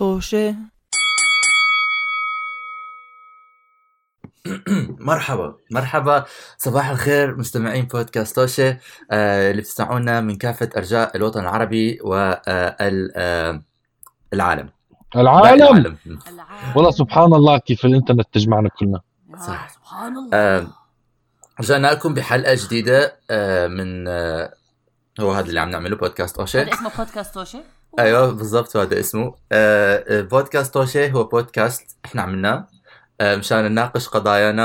طوشة. مرحبا صباح الخير مستمعين بودكاست توشة اللي بتسمعونا من كافة أرجاء الوطن العربي والعالم. والله سبحان الله كيف الانترنت تجمعنا كلنا. صح. سبحان الله. رجعنا لكم بحلقة جديدة من هو هذا اللي عم نعمله بودكاست توشة. هذا اسمه بودكاست توشة. ايوه بالضبط هذا اسمه. بودكاست توشة هو بودكاست احنا عملناه مشان نناقش قضايانا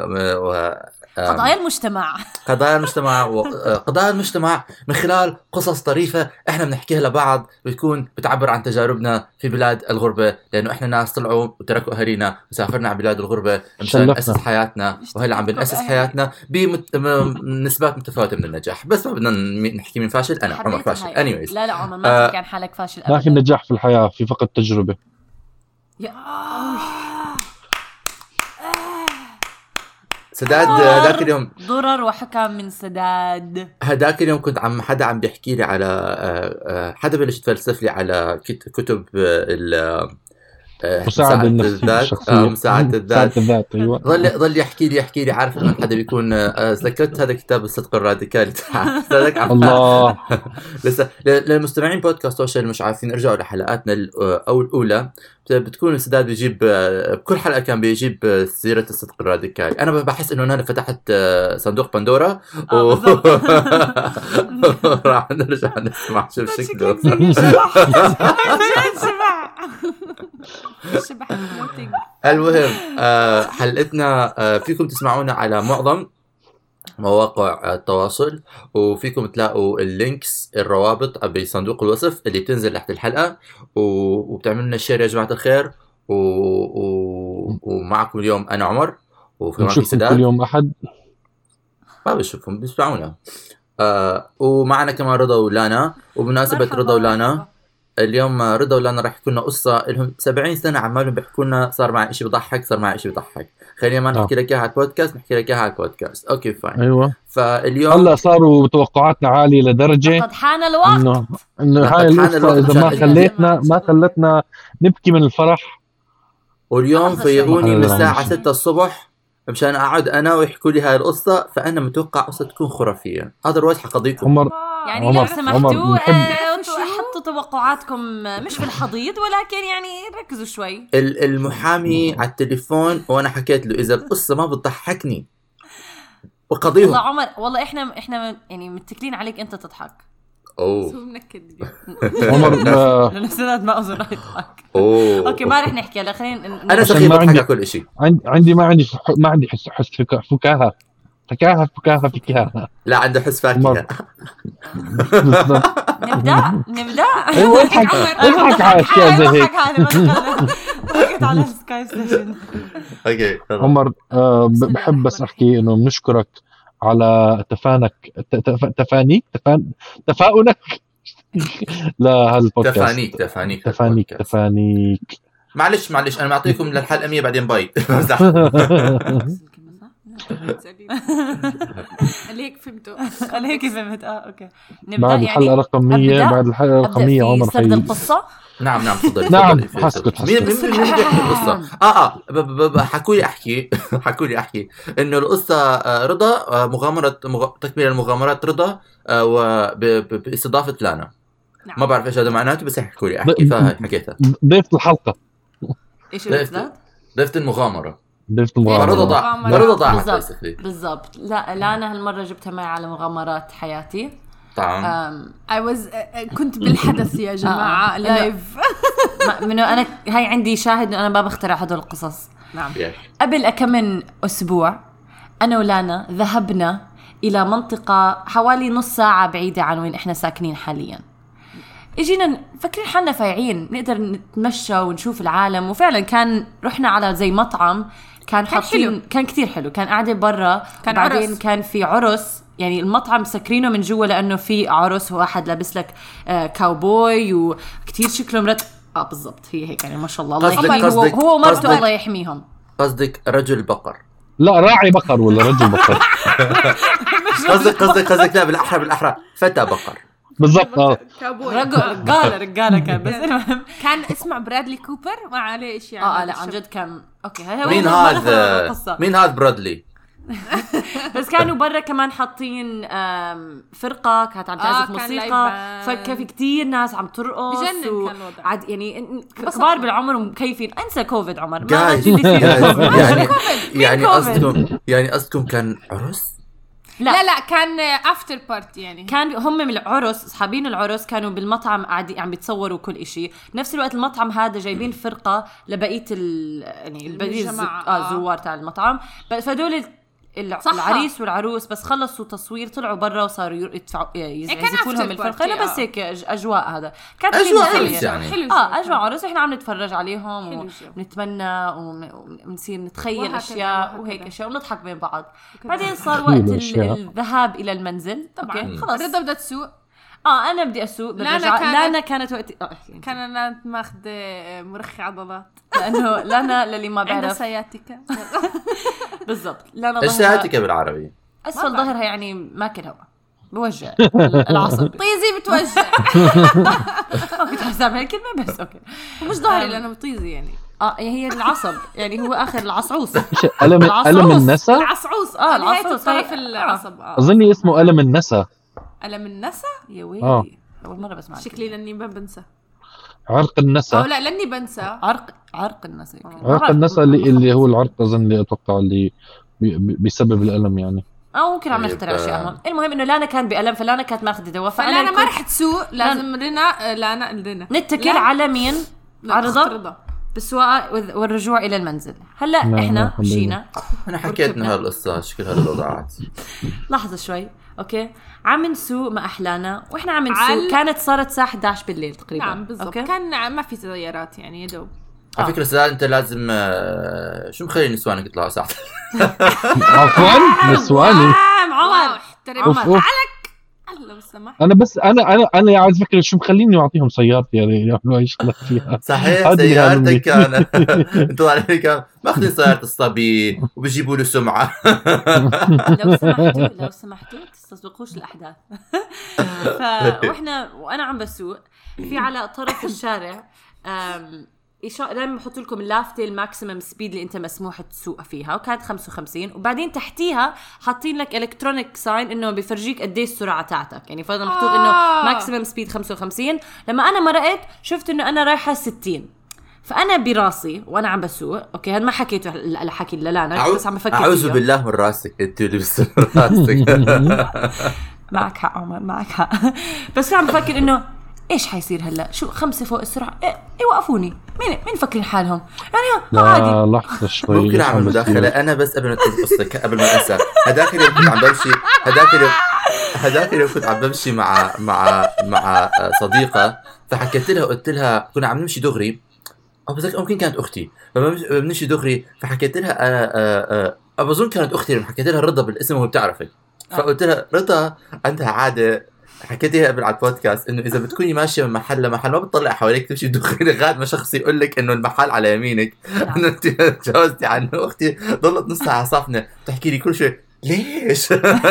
قضايا المجتمع من خلال قصص طريفة احنا بنحكيها لبعض، بتكون بتعبر عن تجاربنا في بلاد الغربة، لانه احنا ناس طلعوا وتركوا اهالينا وسافرنا على بلاد الغربة مشان نأسس حياتنا، وهلا عم بنأسس حياتنا بنسبات متفاوتة من النجاح. بس ما بدنا نحكي من فاشل. انا عمر فاشل. anyways لا عمر ما تحكي عن حالك فاشل ما في نجاح في الحياة، في فقط تجربة. سداد هذاك اليوم ضرر وحكم من سداد. هذاك اليوم كنت حدا عم بيحكي لي على حدا بلش يتفلسف لي على كتب مساعدة الذات. مساعدة الذات. ايوه ظل يحكي لي عارف لما حدا بيكون ذكرت هذا كتاب الصدق الراديكالي تاعك. الله. لسه للمستمعين بودكاست توشة اللي مش عارفين ارجعوا لحلقاتنا الاولى، بتكون السداد بيجيب بكل حلقة كان بيجيب سيرة الصدق الراديكالي. أنا بحس إنه أنا فتحت صندوق بندورة راح نرجع نسمع شوف شكله. المهم حلقتنا فيكم تسمعونا على معظم مواقع التواصل، وفيكم تلاقوا اللينكس الروابط بصندوق الوصف اللي بتنزل تحت الحلقة، وبتعملنا الشير يا جماعة الخير. ومعكم اليوم أنا عمر، وفي سداد. كل يوم أحد ما بشوفهم بيسمعونا. ومعنا كمان رضا ولانا. وبمناسبة رضا ولانا اليوم رضا ولانا راح يحكوا لنا قصة لهم 70 سنة عمالهم بيحكوا لنا صار معي إشي بضحك. خلينا ما نحكي لك إياها على البودكاست، نحكي لك إياها على البودكاست. أوكي فاين. أيوة. فاليوم هلا صاروا توقعاتنا عالية لدرجة قد حان الوقت إنه هاي القصة إذا ما خلتنا نبكي من الفرح. واليوم فيقوني من الساعة 6 الصبح مشان أقعد أنا ويحكوا لي هاي القصة، فأنا متوقع قصة تكون خرافية. هذا الوقت حقضيكم يعني لو سمحتوا حطوا توقعاتكم مش في الحضيض، ولكن يعني ركزوا شوي. المحامي على التليفون وانا حكيت له اذا القصه ما بتضحكني وقضيهم. والله عمر والله احنا يعني متكلين عليك انت تضحك. اوه شو منكد عمر لانه سداد ما اظن راح يضحك. اوكي ما رح نحكي هلا، خلينا انا سخيف بضحك كل شيء. ما عندي حس فكاهه. لا عنده حس فاكهة. نبدأ. ايوه اضحك على اشياء زي هيك. على سكاي ستيشن. اوكي عمر بحب بس احكي انه بنشكرك على تفاؤلك لهذا البودكاست. تفانيك. معلش انا معطيكم للحلقة 100 بعدين باي. اللي هيك فهمت. اوكي نبدا بعد الحلقه يعني رقم 100. بعد الحلقه رقم 100 عمر خير القصه. نعم تفضل. نعم مين القصه. حكوا لي احكي انه القصه رضا مغامره تكمله المغامرات رضا باستضافه لانا. نعم. ما بعرف ايش هذا معناته، بس حكوا لي احكي فحكيتها. ضيفة الحلقه ايش ضيفة المغامره. رضا ضاعت بالضبط. لا أنا هالمرة جبتها معي على مغامرات حياتي. طبعا كنت بالحدث يا جماعة لايف. منه أنا هاي عندي شاهد إنه أنا ما بخترع هدول القصص. نعم. قبل كم من أسبوع أنا ولانا ذهبنا إلى منطقة حوالي نص ساعة بعيدة عن وين إحنا ساكنين حاليا. اجينا فكرين حالنا فايعين نقدر نتمشى ونشوف العالم، وفعلا رحنا على زي مطعم كان حاطين، كان كتير حلو، كان قاعدة برا، بعدين عرس. كان في عرس، يعني المطعم سكرينه من جوا لأنه في عرس، واحد لابس لك كاوبوي وكتير شكله بالضبط هي هيك يعني ما شاء الله. الله يحميه هو ومرته الله يحميهم. قصدك رجل بقر؟ لا راعي بقر ولا رجل بقر. قصدك لا بالأحرى فتى بقر. بالضبط. رجاله كان بس المهم كان اسمه برادلي كوبر ما عليه شيء لا عن جد كان اوكي. مين هذا برادلي؟ بس كانوا برا كمان حاطين فرقه كانت عم تعزف موسيقى، فكان في كتير ناس عم ترقص يعني كبار بالعمر ومكيفين. انسى كوفيد عمر يعني قصدكم كان عرس؟ لا كان افتر بارتي. يعني كان هم من العرس، اصحابين العرس كانوا بالمطعم قاعدين عم بيتصوروا كل إشي. نفس الوقت المطعم هذا جايبين فرقه لبقيه يعني البقيه الزوار تاع المطعم. فدول العريس والعروس بس خلصوا تصوير طلعوا برا وصاروا يدفعوا يعزفوا لهم الفرقه. لا بس هيك اجواء، هذا كانت اجواء عرس يعني اجواء عرس. احنا عم نتفرج عليهم ونتمنى ونصير نتخيل اشياء وهيك اشياء ونضحك بين بعض. بعدين صار وقت الذهاب الى المنزل. اوكي خلاص رضا بدها تسوق. انا بدي اسوق. لانا كانت وقت كان انا ماخذ مرخي عضلات لانه لانا للي ما بعرف سياتيكا بالضبط. لانا ايش سياتيكا بالعربي؟ اسفل ظهرها يعني ماكل هواء بوجع العصب. طيزي بتوجع. كنت حسام هالكلمه بس اوكي مش ظهري لانه بطيزي يعني هي العصب يعني هو اخر العصعوص. ألم النسا. العصعوص العصعوص طرف العصب. اظني اسمه ألم النسا. ألم النسا يا ويلي اول مره بسمع. شكلي لاني ما بنسى. عرق النسا. لا لاني بنسى. عرق النسا. عرق النسا اللي هو العرق اظن اللي اتوقع اللي بيسبب الالم يعني. ممكن عم نخترع اشياء. المهم انه لانا كان بألم، فلانا كانت ماخذه دواء، فانا ما رح تسوق. لازم لانا نتكل على مين؟ على رضا بالسواقه والرجوع الى المنزل. هلا احنا مشينا. انا حكيت لنا هالقصه شكل هالوضعات. لحظه شوي اوكي. عم نسوق مع احلانا واحنا عم نسوق كانت صارت الساعه 11 بالليل تقريبا. نعم بالضبط. كان ما في سيارات يعني يا دوب. على فكره سؤال، انت لازم شو مخلي نسوانك يطلعوا ساعه؟ عفوا نسواني عمر عليك الله بالسماح. انا بس انا عايز افكر شو مخليني اعطيهم سيارتي يعني يعملوا اي شغله فيها. صحيح سيارتك كان انتوا عليك ماخذين سياره الصبي وبيجيبوا له سمعه. لو سمحتوا تستسبقوش الاحداث. وانا عم بسوق في على طرف الشارع دائما بحط لكم اللافتة الماكسيمم سبيد اللي انت مسموح تسوق فيها، وكانت 55. وبعدين تحتيها حاطين لك الكترونيك ساين انه بيفرجيك قد ايه السرعه تاعتك. يعني فرضا محطوط انه ماكسيمم سبيد 55. لما انا مرقت شفت انه انا رايحه 60. فانا براسي وانا عم بسوق اوكي هذا ما حكيته الحكي لانا بس عم بفكر اعوذ بالله من راسك انت اللي راسك. معك حق عمر معك حق. بس عم بفكر انه ايش حيصير هلا؟ شو 5 فوق السرعه؟ وقفوني. مين فكرين حالهم يعني؟ عادي. لحظه شوي ممكن اعمل مداخله انا بس قبل ما تقصك قبل ما انسى. هذاك اليوم كنت عم بمشي كنت عم بمشي مع صديقه، فحكيت لها قلت لها كنا عم نمشي دغري او بس ممكن كانت اختي، فبنمشي دغري فحكيت لها بظن كانت اختي، حكيت لها رضا بالاسم وهو بتعرفك. فقلت لها رضا عندها عاده حكيتيها قبل على البودكاست انه اذا بتكوني ماشيه من محل لمحل ما بتطلع حواليك تمشي دغري لغايه ما شخص يقول لك انه المحل على يمينك. انه انت تجاوزتي عنه. اختي ضلت نص ساعه صافنه تحكي لي كل شيء ليش؟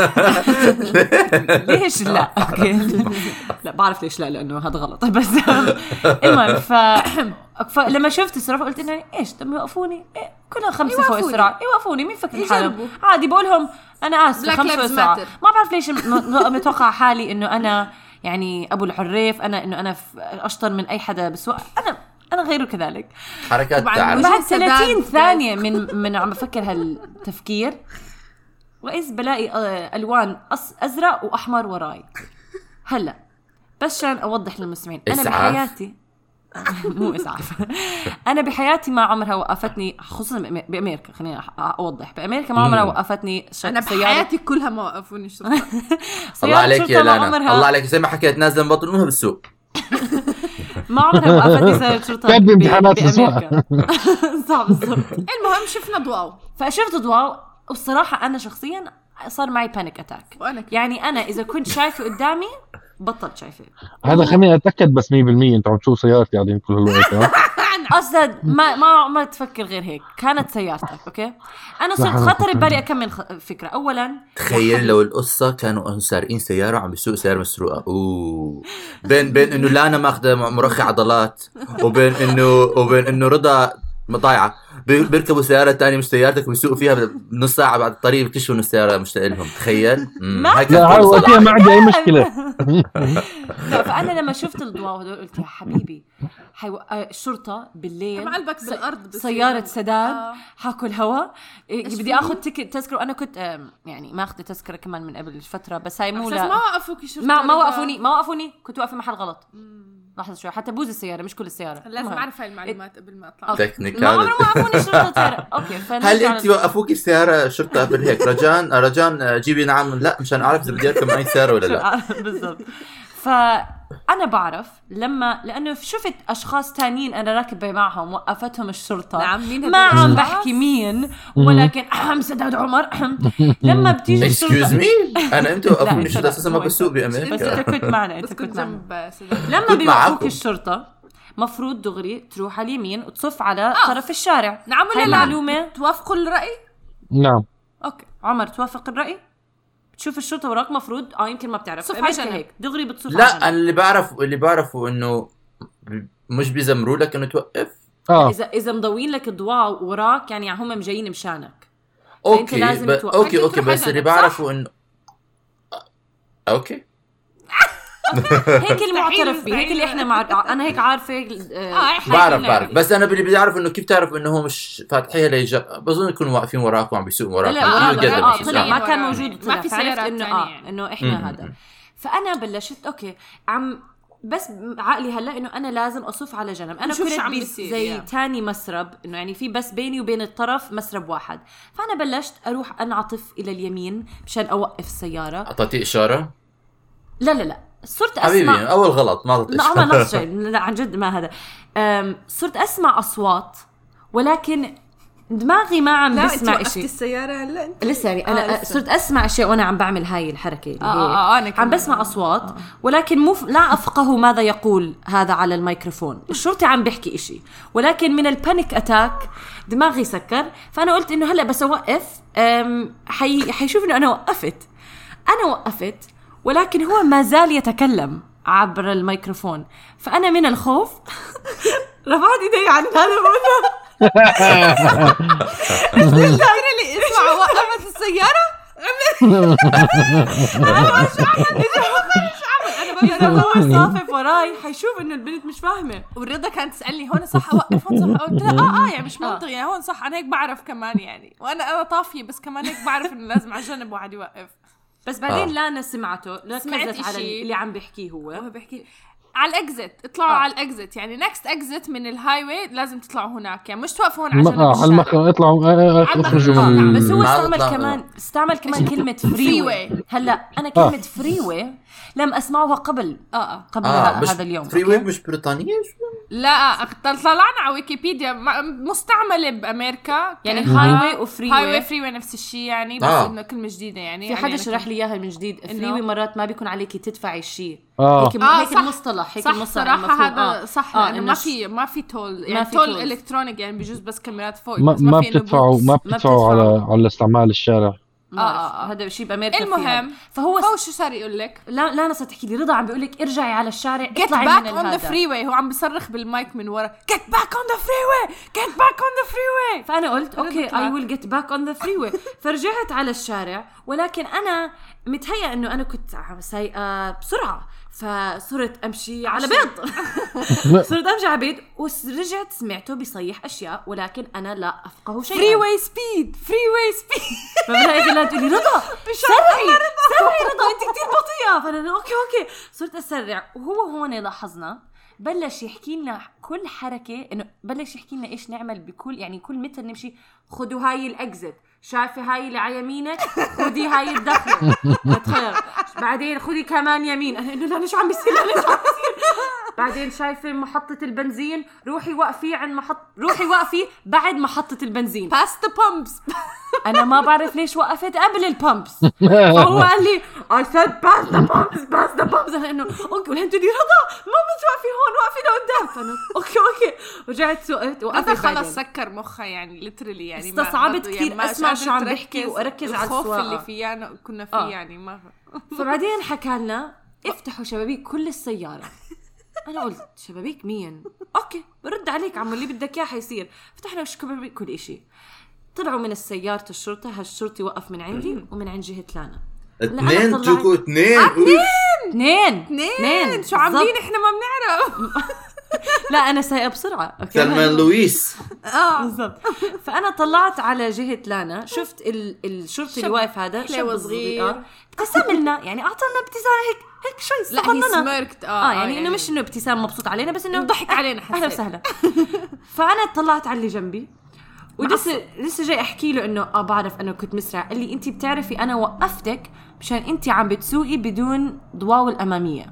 ليش لا؟ اوكي لا بعرف ليش لا لانه هذا غلط. بس المهم فلما شفت السرعه قلت انه ايش بدهم يوقفوني؟ كلها 5 فوق السرعه يوقفوني. مين فكر حالهم؟ عادي بقولهم انا اسف 5 فوق السرعه. ما بعرف ليش متوقع حالي انه انا يعني ابو الحريف، انا اشطر من اي حدا بسواق. انا غيره كذلك. حركات بعد 30 ثانيه من عم بفكر هالتفكير وإذ بلاقي ألوان أزرق وأحمر وراي. هلأ بس عشان أوضح للمستمعين أنا بحياتي مو إسعاف. أنا بحياتي ما عمرها وقفتني، خصوصا بأمريكا. خليني أوضح، بأمريكا ما عمرها وقفتني أنا بحياتي كلها ما وقفوني شرطة. الله عليك يا لانا، الله عليك زي ما حكيت نازل بطنوها بالسوق. ما عمرها وقفتني سيارة شرطة بأمريكا. صعب بالضبط. المهم شفنا ضواو، فشفت ضواو والصراحة أنا شخصياً صار معي بانيك أتاك. يعني أنا إذا كنت شايفة قدامي بطلت شايفة. هذا خليني أتأكد بس 100% أنت عم تشوف سيارتي قاعدين كل الوقت. أصلا ما تفكر غير هيك. كانت سيارتك أوكي، أنا صرت خطر ببالي أكمل فكرة. أولا تخيل لو القصة كانوا سارقين سيارة وعم بيسوق سيارة مسروقة. بين إنه لانا ماخذة مرخي عضلات وبين إنه رضا ضايعة بيركبوا سيارة تانية مش سيارتك ويسوقوا فيها بنص ساعة بعد الطريق بيكتشفوا إنه السيارة مش لهم. تخيل. لا ما عندي أي مشكلة. فأنا لما شفت الضوء هدول قلت يا حبيبي الشرطة بالليل معلبك بالأرض سيارة سداد حاكل هوا. بدي أخذ تذكرة وأنا كنت يعني ما أخذ تذكرة كمان من قبل فترة، بس هاي مو ما وقفوك الشرطة. ما وقفوني كنت واقفة محل غلط. لحظة شوي حتى بوز السيارة مش كل السيارة. لازم أعرف هاي المعلومات قبل ما أطلع. تكنيكال. ما عمره ما وقفوني الشرطة. أوكي. هل أنت وقفوك السيارة شرطة قبل هيك؟ رجان جيبي نعم لا مشان أعرف إذا بدي أركب معي سيارة ولا لا. بالضبط. فأنا بعرف لأنه شفت أشخاص تانيين أنا راكبة معهم وقفتهم الشرطة. نعم. ما عم بحكي مين ولكن سداد عمر. لما بتيجي الشرطة أنا أنت وقفوني الشرطة أساسا ما بسوق بأمريكا. بس أنت كنت معنا. لما بيوقفوك الشرطة مفروض دغري تروح على اليمين وتصف على طرف الشارع. نعم ولا معلومة توافقوا الرأي؟ نعم. أوكي عمر توافق الرأي؟ تشوف الشرطة وراك مفروض يمكن ما بتعرف هيك دغري بتصف. لا أنا اللي بعرفه إنه مش بيزمروا لك إنه توقف. إذا مضوين لك الضوء وراك يعني هم جايين مشانك. أوكي لازم أوكي بس اللي بعرفه إنه أوكي هيك المعترف به، هيك اللي إحنا أنا هيك عارفة. بعرف بس أنا بدي أعرف إنه كيف تعرف إنه هو مش فاتحيها بظن يكونوا واقفين وراك وعم بيسوقوا وراك. طلع ما كان موجود. ما في سيارات إنه إحنا هذا. فأنا بلشت أوكي بس عقلي هلا إنه أنا لازم أصف على جنب. أنا كنت زي تاني مسرب إنه يعني في بس بيني وبين الطرف مسرب واحد. فأنا بلشت أروح أنعطف إلى اليمين مشان أوقف السيارة. أعطيتي إشارة؟ لا صرت أسمع حبيبي أول غلط ما ضبط. لا عن جد ما هذا. صرت أسمع أصوات ولكن دماغي ما عم بسمع إشي. السيارة هلا لسه يعني أنا صرت أسمع أشياء وأنا عم بعمل هاي الحركة اللي عم بسمع أصوات ولكن لا أفقه ماذا يقول هذا على الميكروفون. الشرطي عم بيحكي إشي ولكن من البانيك أتاك دماغي سكر. فأنا قلت إنه هلأ بس أوقف حيشوف إنه أنا وقفت ولكن هو ما زال يتكلم عبر الميكروفون. فأنا من الخوف رفعت إيدي عن هذا بقولها الدائرة اللي اسمع وقفت السيارة. أنا هو صافف وراي حيشوف إنه البنت مش فاهمة. والرضا كانت تسألني هون صح أوقف هون صح. قلت لها يعني مش منطقي يعني هون صح. أنا هيك بعرف كمان يعني وأنا طافية بس كمان هيك بعرف إنه لازم على جنب واحد يوقف. بس بعدين لانا سمعته ركزت على اللي عم بيحكيه هو بيحكي على الاكزت. اطلعوا على الاكزت يعني نكست اكزت من الهاي واي لازم تطلعوا هناك يعني مش توقفوا هون على جنب اطلعوا اخرجوا من. بس هو استعمل كمان كلمة فري واي. هلا انا كلمة فري واي لم اسمعها قبل هذا اليوم. فري واي مش بريطانية؟ لا طلعنا على ويكيبيديا مستعملة بأمريكا يعني هاي واي وفري واي. هاي واي فري واي نفس الشيء يعني بس إنه كلمة جديدة يعني. في حدا شرح لي إياها من جديد. فري واي مرات ما بيكون عليكي تدفعي الشيء. هيك المصطلح هيك المصطلح صراحة هذا صح لأنه ما في تول يعني تول إلكترونيك يعني بيجوز بس كاميرات فوق ما بتدفعوا على استعمال الشارع. هذا شيء بأمريكا. المهم فهو شو صار يقول لك؟ لا أنا صرت تحكي لي رضا عم بيقول لك ارجعي على الشارع get back on the freeway. هو عم بيصرخ بالمايك من ورا get back on the freeway. فأنا قلت اوكي I will get back on the freeway. فرجعت على الشارع ولكن أنا متهيأ إنه أنا كنت سايقة بسرعة فصرت أمشي على بيض ورجعت سمعته بيصيح أشياء ولكن أنا لا أفقه شيئا. فري واي سبيد فبلاقي قلت لي رضا سرعي رضا أنت كتير بطيئة. فأنا أوكي صرت أسرع. وهو هون لاحظنا بلش يحكي لنا كل حركة إنه بلش يحكي لنا إيش نعمل بكل يعني كل متر نمشي. خدوا هاي الأكزت شايفة هاي اللي على يمينك خدي هاي الدخلة تخيل. بعدين خدي كمان يمين. أنا إنه لا ليش عم بيصير بعدين شايفة محطة البنزين روحي وقفي بعد محطة البنزين past the pumps. أنا ما بعرف ليش وقفت قبل البامبس. فهو قال لي I said past the pumps. أنا إنه أوكي ولا أنتوا لي رضا ما بتوقفي هون وقفي لقدام. طلعت انا اوكي رجعت وقفت هذا خلص سكر مخها يعني ليترلي يعني استصعبت كثير يعني اسمع شو عم بحكي واركز على الخوف اللي فينا كنا فيه يعني ما فبعدين حكى لنا افتحوا شبابيك كل السياره. انا قلت شبابيك مين؟ اوكي برد عليك عمو اللي بدك اياه حيصير. فتحنا شبابيك كل إشي. طلعوا من السيارة الشرطة. هالشرطي وقف من عندي ومن عند جهة لانا. 2 تجوكوا 2 شو عاملين احنا ما بنعرف. لا انا سايقه بسرعه سلمان لويس بالضبط. فانا طلعت على جهه لانا شفت الشرطي اللي واقف هذا شاب صغير ابتسم لنا يعني اعطانا ابتسامه هيك شوي لا هي سمركت يعني انه مش انه ابتسام مبسوط علينا بس انه ضحك علينا اهلا وسهلا. فانا طلعت على اللي جنبي ولسه جاي احكي له انه بعرف انا كنت مسرع. قال لي انت بتعرفي انا وقفتك مشان انت عم بتسوقي بدون ضواو الاماميه.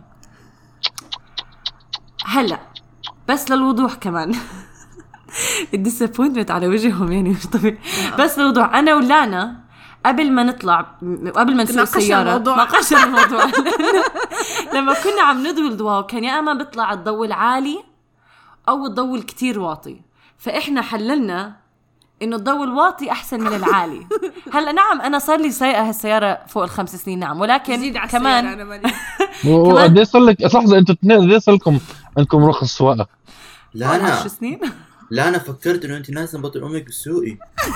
هلا بس للوضوح كمان الديسابوينتمنت على وجههم يعني مش طبيعي. بس للوضوح انا ولانا قبل ما نطلع قبل ما نسوق السياره ناقشنا الموضوع لما كنا عم نضوي الضوء كان يا اما بيطلع الضوء العالي او الضوء الكتير واطي. فاحنا حللنا انه الضوء الواطي احسن من العالي. هلا نعم انا صار لي سايقه هالسياره فوق 5 سنين نعم ولكن كمان قد صار لك لحظه انتوا اثنين قد صار لكم عندكم رخص سواقه؟ لا انا 10 سنين. لا انا فكرت انه انت ناس بطل امك بالسوقي.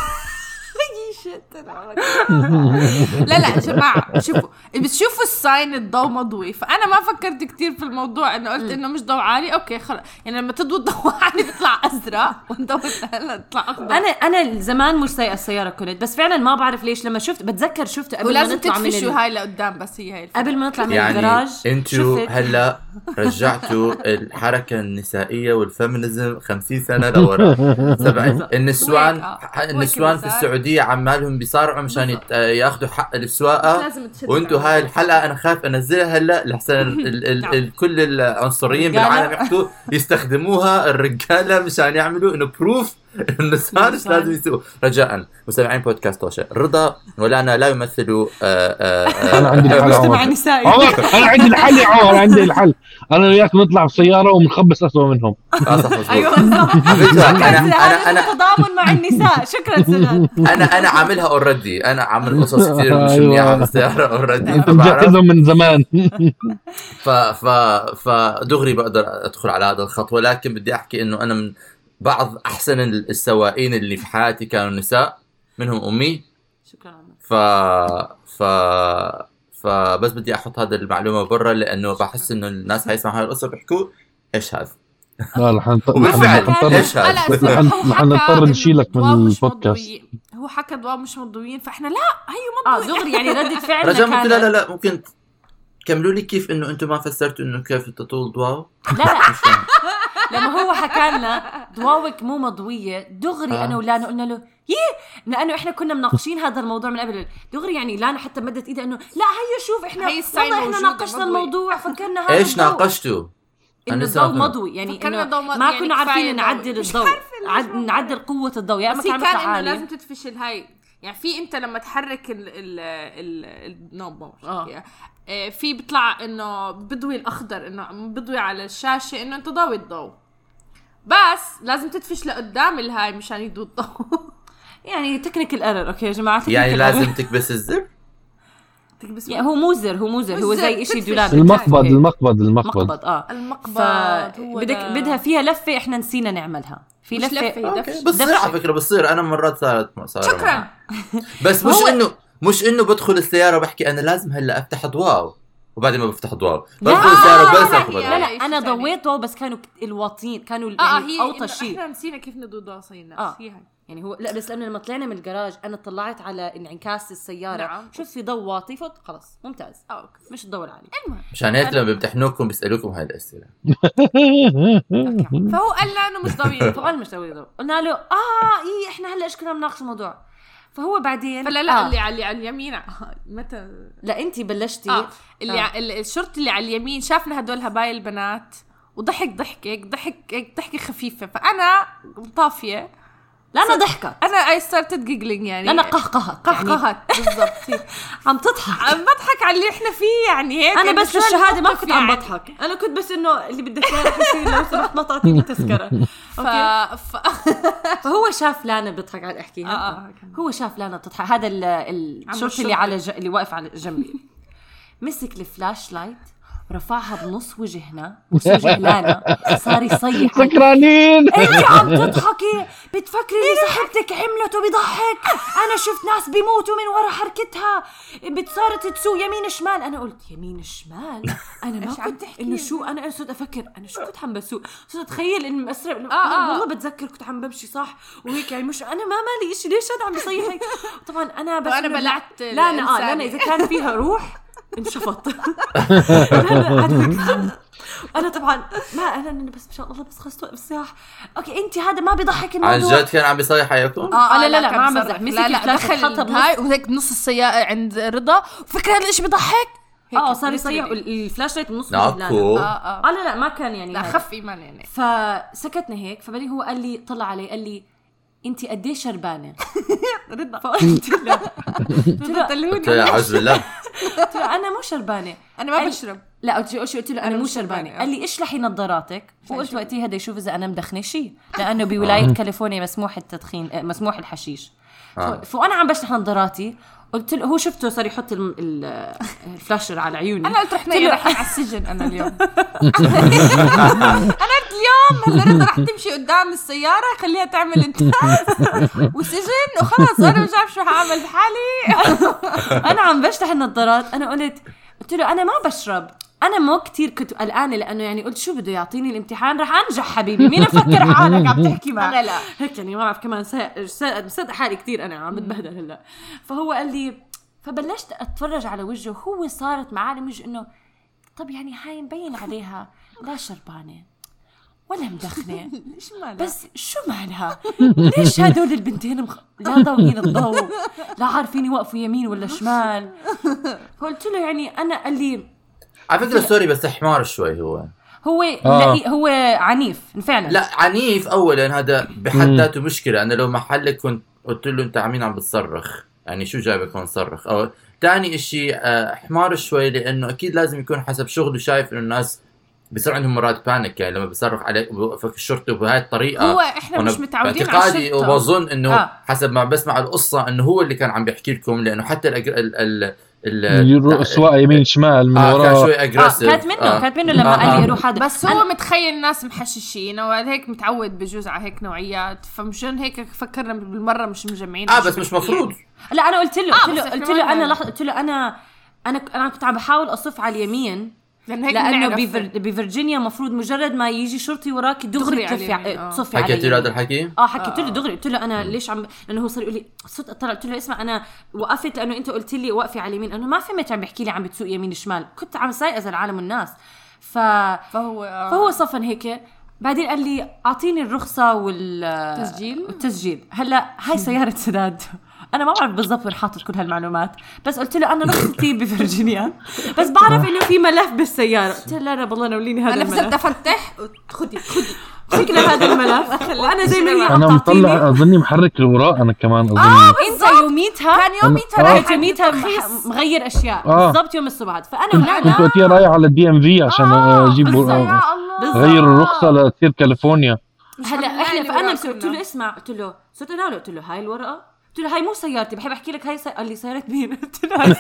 لا يا جماعه شوفوا بتشوفوا الساين الضوء مضوي. فانا ما فكرت كتير في الموضوع انه قلت انه مش ضوء عالي اوكي خلص يعني لما تضوي الضوء عالي بيطلع ازرق والضوء هلا بيطلع اخضر. انا زمان مش سايقه السياره كنت بس فعلا ما بعرف ليش لما بتذكر شفته قبل ما نطلع من هاي لقدام بس هي قبل ما نطلع من يعني الجراج. انتوا هلا رجعتوا الحركه النسائيه والفيمينيزم 50 سنه لورا. 70 النسوان في السعوديه عمالهم بيصارعوا مشان ياخذوا حق السواقه وانتوا هاي الحلقه انا خايف انزلها هلا لحسن كل العنصريين بالعالم يحكوا يستخدموها الرجاله مشان يعملوا انه بروف النساء مش لازم يسووا. رجاء مستمعين بودكاست توشة رضا ولا انا لا يمثلوا انا عندي الحل مجتمع نسائي. انا عندي الحل يا عمر عندي الحل. انا وياك نطلع بسياره ومنخبص اسوء منهم. صح ايوه انا تضامن مع النساء. شكرا سلام. انا عاملها اوريدي. انا عامل قصص كثير مش منيحه بالسياره اوريدي. انت مجهزهم من زمان. فدغري بقدر ادخل على هذا الخط. ولكن بدي احكي انه انا من بعض احسن السواقين اللي في حياتي كانوا نساء منهم امي. شكرا. فبس بدي احط هذا المعلومه برا لانه بحس انه الناس هيسمعوا هاي القصه بيحكوا ايش هذا. نضطر نشيلك من البودكاست. هو حكى ضوء مش مضويين فاحنا لا هي مضوي دغري يعني ردة فعل. رجاء ممكن لا ممكن كملوا لي كيف انه انتم ما فسرتوا انه كيف تطول ضوء. لا لما هو حكى لنا ضواوك مو مضويه دغري انا ولانا قلنا له لانه احنا كنا مناقشين هذا الموضوع من قبل دغري يعني لانا حتى مدت ايدها انه لا هي شوف احنا والله احنا ناقشنا الموضوع فكرنا هذا ايش ناقشتوا انه الضوء مضوي يعني انه ما كنا عارفين نعدل الضوء نعدل قوه الضوء يا اما كان انه لازم تدفش الهاي يعني في انت لما تحرك النوب في بيطلع انه بضوي الاخضر انه بضوي على الشاشه انه انت ضوي الضوء بس لازم تدفش لقدام الهاي مشان يضوي الضوء. يعني تكنيكال ايرور. اوكي يا جماعه يعني لازم تكبس الزر يعني هو مو زر هو زي شيء دولاب المقبض بدها فيها لفه احنا نسينا نعملها في لفه بصير على فكره بصير انا مرات صارت شكرا بس مش انه بدخل السياره وبحكي انا لازم هلا افتح ضوء وبعدين ما بفتح ضوء بدخل السياره بس لا انا ضويت ضوء بس كانوا الواطين كانوا يعني اوطى شيء احنا نسينا كيف نضوي ضوء صينا هي يعني هو لا بس لأنه لما طلعنا من الجراج أنا طلعت على انعكاس السيارة شفت في ضوء واطي خلاص ممتاز مش الضوء العالي. المهم مشان هيك لما بيمتحنوكم بيسألوكم هاي الأسئلة. فهو قال لنا مش ضوئي فقال مش ضوئي ضوء. قلنا له احنا هلا ايش كنا بنناقش الموضوع. فهو بعدين فلا اللي على اليمين متى لا انتي بلشتي الشرطي اللي على اليمين شافنا هدول هباي البنات وضحك ضحكة خفيفة فأنا طافية لا انا ضحكت، انا اي ستارتد جيجلينج يعني انا قهقهت بالضبط. عم تضحك، عم بضحك على اللي احنا فيه يعني هيك. انا بس الشهاده ما كنت عم بضحك، انا كنت بس انه اللي بدك اياه يصير لو سمحت ما تعطيني تذكره. فهو شاف لانا بتضحك على احكي هو شاف لانا بتضحك، هذا الشرطي اللي على اللي واقف على جنبي مسك الفلاش لايت ورفعها بنص وجهنا وجه لانا، صار يصيح سكرانين. انت عم تضحكي بتفكري اللي صاحبتك عملته بضحك؟ انا شفت ناس بيموتوا من ورا حركتها، صارت تسوق يمين شمال. انا قلت يمين شمال؟ انا ما كنت انه شو، انا صرت افكر انا شو كنت عم بسوق، صرت اتخيل اني مسرع. والله بتذكر كنت عم بمشي صح وهيك يعني، مش انا ما مالي شيء، ليش انا عم بصيح هيك؟ طبعا انا بس انا بلعت لا اذا كان فيها روح انشفط. انا طبعا ما انا بس ان شاء الله بس خلصت الساح. اوكي انت هذا ما بيضحك الموضوع. عن جد كان عم بيصيح عليكم؟ لا ما عم بزح. لا دخل هاي وهيك بنص السيارة عند رضا، فكر هذا الشيء بيضحك. صار يصيح الفلاش لايت بنص وجهنا. لا ما كان يعني لا خف ايمان يعني. فسكتنا هيك، فبعدين هو قال لي طلع علي قال لي انت قد ايه شربانه؟ رضا فقلت له يا عز بالله قلت له انا مو شربانه، انا ما بشرب. لا قلت له انا مو شربانه. قال لي اشلحي نظاراتك، وقلت وقتي هذا يشوف اذا انا مدخنه شيء، لانه بولايه كاليفورنيا مسموح التدخين، مسموح الحشيش. فانا عم بشلح نظاراتي، قلت له هو شفته صار يحط الفلاشر على عيوني. انا قلت رح على السجن انا اليوم. انا قلت اليوم هلا رضا رح تمشي قدام السياره خليها تعمل انتهاز وسجن وخلص، انا مش عارف شو هعمل بحالي. انا عم بشلح النظارات، انا قلت له انا ما بشرب، انا مو كتير كنت قلقانه لانه يعني قلت شو بده يعطيني الامتحان رح انجح حبيبي، مين مفكر حالك عم تحكي معه؟ لا هيك يعني ما بعرف كمان مصدق حالي كتير، انا عم بتبهدل هلا. فهو قال لي، فبلشت اتفرج على وجهه، هو صارت معاه وجه انه طب يعني هاي مبين عليها لا شربانه ولا مدخنه، ليش مالها؟ بس شو مالها؟ ليش هدول البنتين لا ضاويين الضوء، لا عارفين يوقفوا يمين ولا شمال؟ فقلت له يعني انا قال لي على فكرة سوري بس حمار شوي هو عنيف فعلا. لا عنيف اولا، هذا بحد ذاته مشكلة. انا لو محلك كنت قلت له انت عمين عم بتصرخ، يعني شو جايبك هون صرخ؟ او تاني اشي حمار شوي، لانه اكيد لازم يكون حسب شغله شايف انه الناس بيصير عندهم مرات بانيك، يعني لما بيصرخ عليك وبوقفك الشرطي بهاي الطريقة. هو احنا مش متعودين على الشرطة، وبظن انه حسب ما بسمع القصة انه هو اللي كان عم بيحكي لكم، لانه حتى سواء يمين شمال من وراه كان شوي اجريسيف. كانت منه لما قال لي يروح هذا، بس هو متخيل الناس محششين وهيك متعود بجوز على هيك نوعيات، فمشان هيك فكرنا بالمره مش مجمعين. بس مش مفروض. لا انا قلت له انا كنت عم بحاول اصف على اليمين، لانه بفرجينيا مفروض مجرد ما يجي شرطي وراك دغري تصفي عليه. حكيت له هذا الحكي؟ حكيت له دغري، قلت له انا ليش عم، لانه هو صار يقول لي قلت له اسمع انا وقفت لانه انت قلت لي وقفي على اليمين، انا ما فهمت عم بحكي لي عم بتسوق يمين شمال، كنت عم سايقز العالم والناس. فهو صفن هيك. بعدين قال لي اعطيني الرخصه والتسجيل. هلا هاي سياره سداد، انا ما بعرف بالضبط وين حاطط كل هالمعلومات، بس قلت له انا رخصتي بفرجينيا، بس بعرف انه في ملف بالسياره. قلت له لا والله نوليني هذا الملف. انا بس افتح خدي شكله هذا الملف. وانا زي ما هي انا مطلع اظني محرك الوراء انا كمان اظني. انت كان يوميتها مغير اشياء بالضبط يوم الصبح. فانا كنت وقتي رايح على الدي ام في عشان اجيب غير الرخصه لتصير كاليفورنيا. هلا احنا فانا قلت له اسمع، قلت له هاي الورقه، قلت له هاي مو سيارتي، بحب احكي لك هاي قال لي سيارة مين؟ قلت له هاي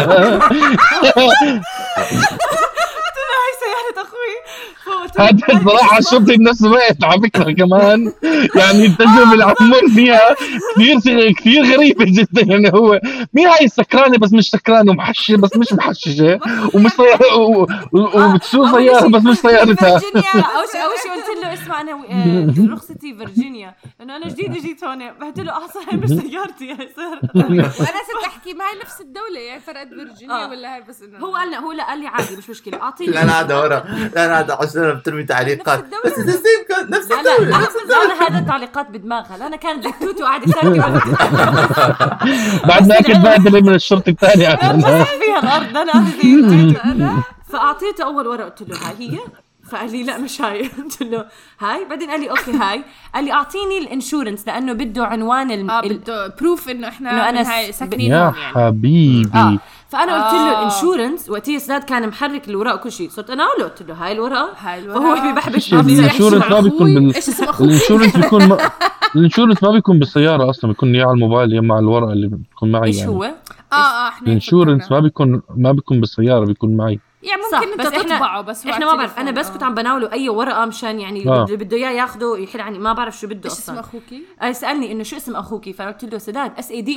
سيارة اخوي. هذا صراحه الشرطي بنفس الوقت على فكره كمان يعني التجربه اللي عمر فيها كثير غريبه جدا. يعني هو مين هاي السكرانه بس مش سكرانه، ومحششه بس مش محششه، ومش وبتسوق سياره بس مش سيارتها. اول شيء قلت له اسمع انا رخصتي فيرجينيا، لانه انا جديده جيت هون. قلت له اصلا هاي مش سيارتي، هاي سيارتي. وانا صرت احكي معي نفس الدوله، يعني فرقت فيرجينيا ولا هاي؟ بس انه هو قال لي عادي مش مشكله اعطيني. لا هذا ورا، لا هذا عشان بترمي تعليقات بس نفس الدولة. لا هذا التعليقات بدماغها. لا انا كانت زكتوتو قاعده ساكته بعد ما اكل بادله من الشرطي الثاني فيها الارض. انا قاعده زي فاعطيته اول ورقه، قلت له هاي هي. فقال لي لا مش هاي. قلت له هاي. بعدين قال لي اوكي هاي. قال لي اعطيني الانشورنس لانه بده عنوان بده بروف انه احنا أنا ساكنين يا يعني. حبيبي فانا قلت له الانشورنس. وقتها سداد كان محرك الوراق وكل شيء. صرت انا اقول له قلت له هاي الوراق. فهو بيبحبش الانشورنس ما بيكون الانشورنس بيكون الانشورنس ما بيكون بالسياره اصلا، بيكون يا على الموبايل يا مع الورقه اللي بتكون معي. ايش يعني هو احنا الانشورنس ما بيكون بالسياره، بيكون معي. يعني ممكن انت تطبعه بس احنا ما بعرف. انا بس كنت عم بناوله اي ورقه مشان يعني اللي بده اياه ياخده يحل عني. ما بعرف شو بده اصلا. اسم اخوكي سالني انه شو اسم اخوكي فقلت له سداد SAD.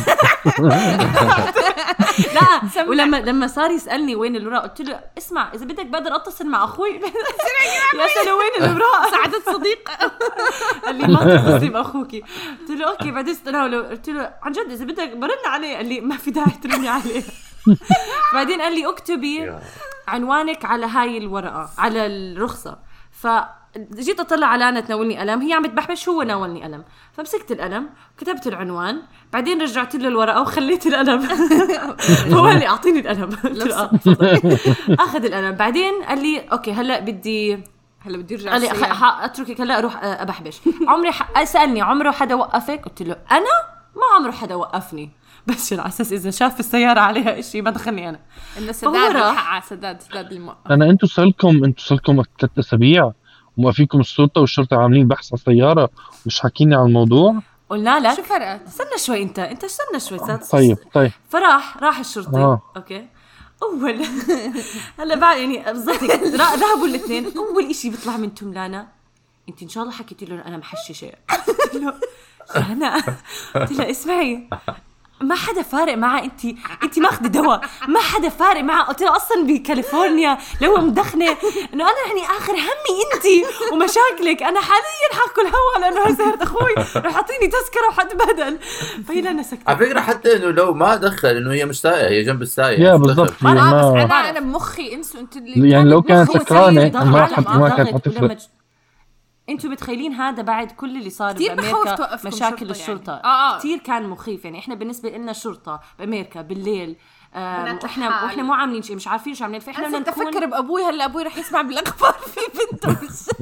لا ولما صار يسالني وين الوراق قلت له اسمع اذا بدك بقدر اتصل مع اخوي يسأله وين الوراق. سعدت صديق قال لي ما تتصل باخوكي. قلت له اوكي. بعدين استناوله قلت له عن جد اذا بدك برن عليه. قال لي ما في داعي ترني عليه. بعدين قال لي اكتبي عنوانك على هاي الورقه على الرخصه. فجيت اطلع على انا تناولني قلم. هي عم بتبحبش هو ناولني قلم. فمسكت القلم كتبت العنوان. بعدين رجعت له الورقه وخليت القلم. هو قال لي اعطيني القلم. اخذ القلم. بعدين قال لي اوكي هلا بدي ارجع. قال لي اتركك هلا اروح ابحبش. عمري سالني عمره حدا وقفك؟ قلت له انا ما عمره حدا وقفني، بس على اساس اذا شاف السياره عليها شيء ما دخلني انا. انه سداد الموقف. انا انتوا صلكم 3 أسابيع موقفيكم الشرطه وعاملين بحث على السياره مش حاكيني عن الموضوع. قلنا لك شو فرقت؟ استنى شوي انت استنى شوي. طيب راح الشرطي. اوكي اول هلا بعد يعني بالضبط ذهبوا الاثنين. اول إشي بيطلع من تملانا انت ان شاء الله حكيتي له انا محششه. قلت له انا قلت له اسمعي ما حدا فارق معه. انت ماخذه دواء ما حدا فارق معه. قلت له اصلا بكاليفورنيا لو مدخنه انه انا يعني اخر همي انت ومشاكلك. انا حاليا حاكل هوا لانه هي سهرة اخوي رح اعطيني تذكره وحتبهدل. فهي انا سكت. على فكره حتى انه لو ما دخل انه هي مش سايقه هي جنب السايق يا بالضبط. انا بمخي انسوا انت اللي يعني لو كانت سكرانه ما كانت حتفرق. انتوا متخيلين هذا بعد كل اللي صار بامريكا مشاكل الشرطه يعني. كتير كان مخيف يعني. احنا بالنسبه لنا الشرطه بامريكا بالليل واحنا مو عاملين شيء مش عارفين شو عاملين. فاحنا بدنا نفكر بابوي. هلا ابوي رح يسمع بالاخبار في بنته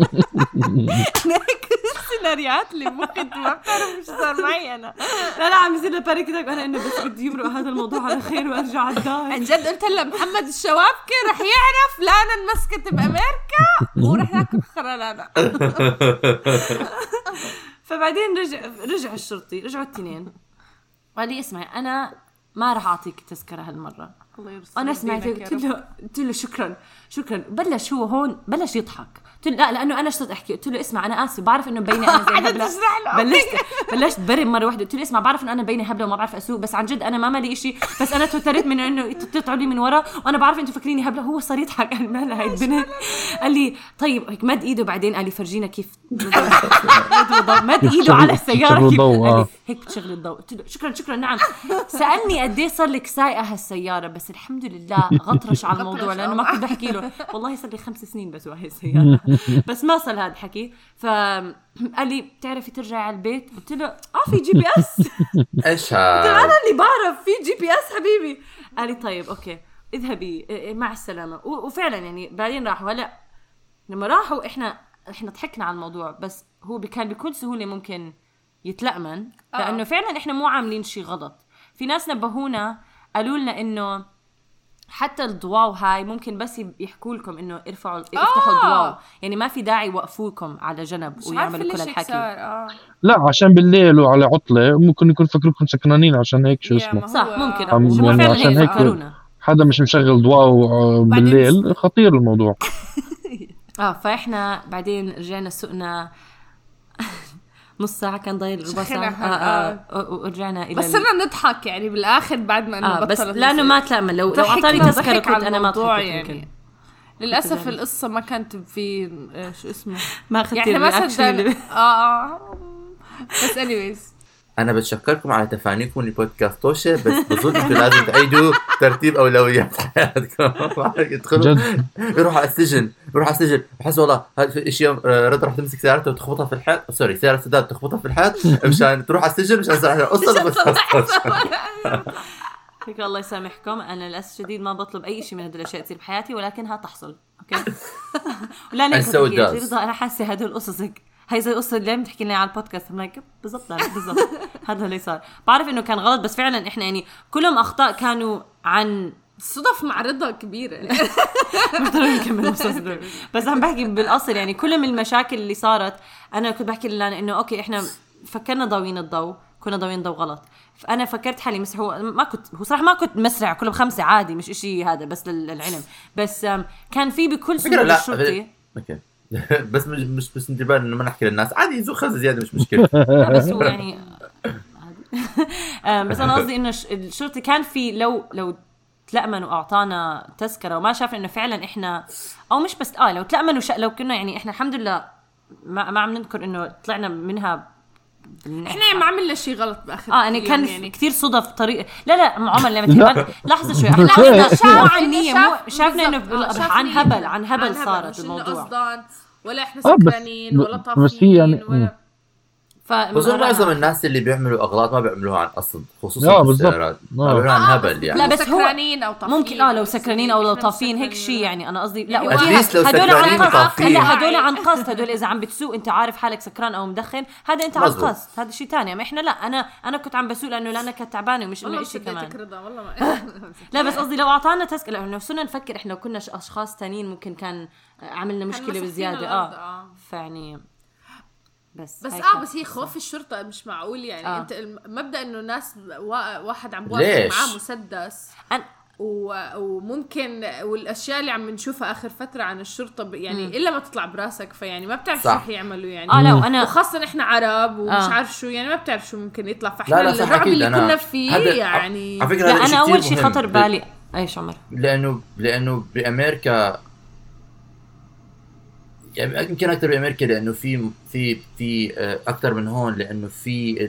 هيك السيناريوهات اللي ممكن ما بتعرف ايش صار معي انا. لا عم يصير لي باريك انا انه بس بدي يمرق هذا الموضوع على خير وارجع على الدار. عن جد قلت هلا محمد الشوابكي رح يعرف لانا انمسكت بامريكا ورح ناكل خرالانا. فبعدين رجع الشرطي. رجعوا الاثنين قال لي اسمعي انا ما راح اعطيك تذكره هالمره. الله يرسل. انا سمعت قلت له شكرا. بلش هو هون بلش يضحك. قلت له لا لانه انا صرت احكي. قلت له اسمع انا اسف بعرف انه مبينه انا زي هبله. بلشت برم مره واحده. قلت له اسمع بعرف انه انا مبينه هبله وما بعرف اسوق بس عن جد انا ما مالي شيء بس انا توترت من انه تطلعوا لي من ورا وانا بعرف انتم فاكريني هبله. هو صار يضحك. قال مالها هاي البنت. قال لي طيب هيك مد ايده. بعدين قال لي فرجينا كيف مد ايده على السياره هيك بتشغل الضوء. قلت له شكرا نعم. سالني قد ايه صار لك سايقه هالسياره بس الحمد لله غطرش على الموضوع لانه ما كنت بحكي له والله صار لي 5 سنين بسوق هاي السياره بس ما صار هذا الحكي. فقال لي بتعرفي ترجعي على البيت؟ قلت له في GPS. ايش قلت له انا اللي بعرف في GPS حبيبي. قال لي طيب اوكي اذهبي مع السلامه. وفعلا يعني بعدين راحوا. هلا لما راحوا احنا ضحكنا على الموضوع بس هو كان بكل سهوله ممكن يتلأمن لانه فعلا احنا مو عاملين شيء غلط. في ناس نبهونا قالوا لنا انه حتى الضواو هاي ممكن بس يحكوا لكم انه افتحوا الضواو يعني ما في داعي يوقفوكم على جنب ويعملوا كل الحكي. لا عشان بالليل وعلى عطله ممكن يكون فكركم سكرانين عشان هيك شو اسمه صح ممكن يعني عشان هيك حدا مش مشغل ضواو بالليل خطير الموضوع. فاحنا بعدين رجعنا سوقنا نص ساعة كان ضايل ربع ساعة ورجعنا إلى بس صرنا نضحك يعني بالآخر بعد ما إنه بس لأنه ما تلأمن لو أعطاني تذكرة كنت أنا ما ضحكت يعني. للأسف القصة ما كانت في شو اسمه ما أخذت يعني ما صدق بس anyways أنا بتشكركم على تفانيكم لبودكاست توشة بس بظن إنكم لازم تعيدوا ترتيب أولويات حياتكم. يدخلوا يروحوا على السجن بحس والله هذا الشيء رد راح تمسك سيارته وتخبطها في الحيط. سيارة سداد تخبطها في الحيط مشان تروح على السجن مشان أوصل بس فكرة الله يسامحكم، أنا للأسف الشديد ما بطلب أي شيء من هذه الأشياء تصير بحياتي، ولكنها تحصل. أوكي. ولا رضا أنا حاسة هدول قصصك هاي زي القصة اللي بتحكي لنا على البودكاست. بالضبط هذا اللي صار. بعرف إنه كان غلط، بس فعلا إحنا يعني كلهم أخطاء كانوا عن صدف مع رضا كبيرة. بس عم بحكي بالأصل يعني كل من المشاكل اللي صارت أنا كنت بحكي لنا إنه أوكي إحنا فكرنا ضاوين الضوء، كنا ضاوين الضوء غلط. فأنا فكرت حالي مسرح، هو صراحة ما كنت مسرع كله ب5 عادي، مش إشي هذا بس للعلم. بس كان في بكل سنة الشرطي أوكي. بس مش انتباه إنه ما نحكي للناس عادي يزو خزة زيادة مش مشكلة. بس هو يعني بس أنا قصدي إنه الشرطي كان في لو تلأمن وأعطانا تذكرة وما شاف إنه فعلا إحنا أو مش بس لو تلأمن لو كنا يعني إحنا الحمد لله ما عم نذكر إنه طلعنا منها إحنا ما عملنا شيء غلط بآخر يعني كان يعني كتير صدف طريق. لا عمر لما لحظة شوي إحنا شافنا إنه عن هبل صارت الموضوع، ولا إحنا سكرانين ولا طافين ولا بس معظم الناس اللي بيعملوا أغلاط ما بيعملوها عن قصد، خصوصا في السيارات بيعملوها عن هبل يعني. لا بس سكرانين أو طافين ممكن لو سكرانين أو لو طافين هيك شيء يعني. أنا قصدي لا هدول عن قصد هدول إذا عم بتسوق أنت عارف حالك سكران أو مدخن هذا أنت عن قصد، هذا شيء تاني. أما إحنا لا أنا كنت عم بسوق لأنه أنا كنت تعبانة ومش إنه إشي كمان. لا بس قصدي لو أعطانا تذكرة لأنه صرنا نفكر إحنا لو كنا أشخاص تانيين ممكن كان عملنا مشكلة بزيادة. فيعني بس هي خوف الشرطة مش معقول يعني. انت المبدأ انه ناس واحد عم بواقف معاه مسدس وممكن والاشياء اللي عم نشوفها اخر فترة عن الشرطة يعني الا ما تطلع براسك، فيعني ما بتعرف شو رح يعملوا يعني. لو انا وخاصة احنا عرب ومش عارف شو يعني ما بتعرف شو ممكن يطلع. فاحنا الرعب اللي كنا فيه يعني لا انا اول شيء خطر بالي ايش عمر لانه بامريكا يعني يمكن اكثر بامريكا لانه في اكثر من هون، لانه في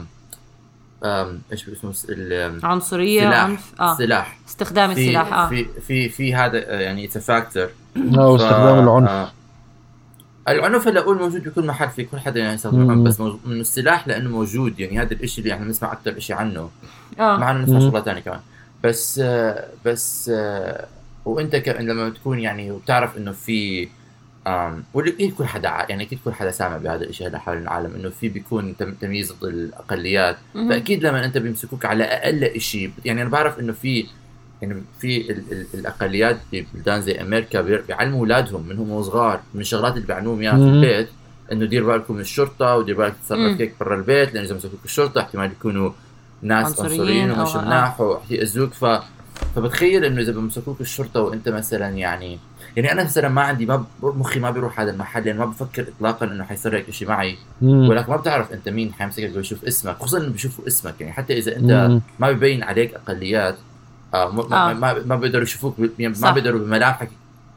ايش اسمه العنصريه السلاح استخدام السلاح في هذا يعني اتس فاكتور استخدام العنف. العنف هلا اقول موجود بكل محل في كل حدا يعني يستخدم العنف، بس من السلاح لانه موجود يعني. هذا الاشي اللي احنا بنسمع اكثر اشي عنه مع انه نسمع شغلات ثانيه كمان. بس وانت لما تكون يعني وبتعرف انه في واللي كل حدا يعني اكيد كل حدا سامع بهذا الشيء هذا حول العالم انه في بيكون تمييز ضد الاقليات. فاكيد لما انت بيمسكوك على اقل شيء يعني انا بعرف انه في الاقليات ببلدان زي امريكا بيعلموا اولادهم من هم صغار من الشغلات اللي بيعلموهم اياها في البيت انه دير بالكم من الشرطه ودير بالك تتصرف هيك برا البيت، لانه اذا مسكوك الشرطه احتمال يكونوا ناس عنصريين ومش مناح ويأذوك. فبتخيل انه اذا بمسكوك الشرطه وانت مثلا يعني انا مثلا ما عندي مخي ما بيروح هذا المحل يعني ما بفكر اطلاقا انه حيصير هيك شيء معي، ولكن ما بتعرف انت مين حيمسكك ويشوف اسمك، خصوصا انه بيشوفوا اسمك يعني حتى اذا انت ما بيبين عليك اقليات ما بيقدروا يشوفوك ما بيقدروا بملامحك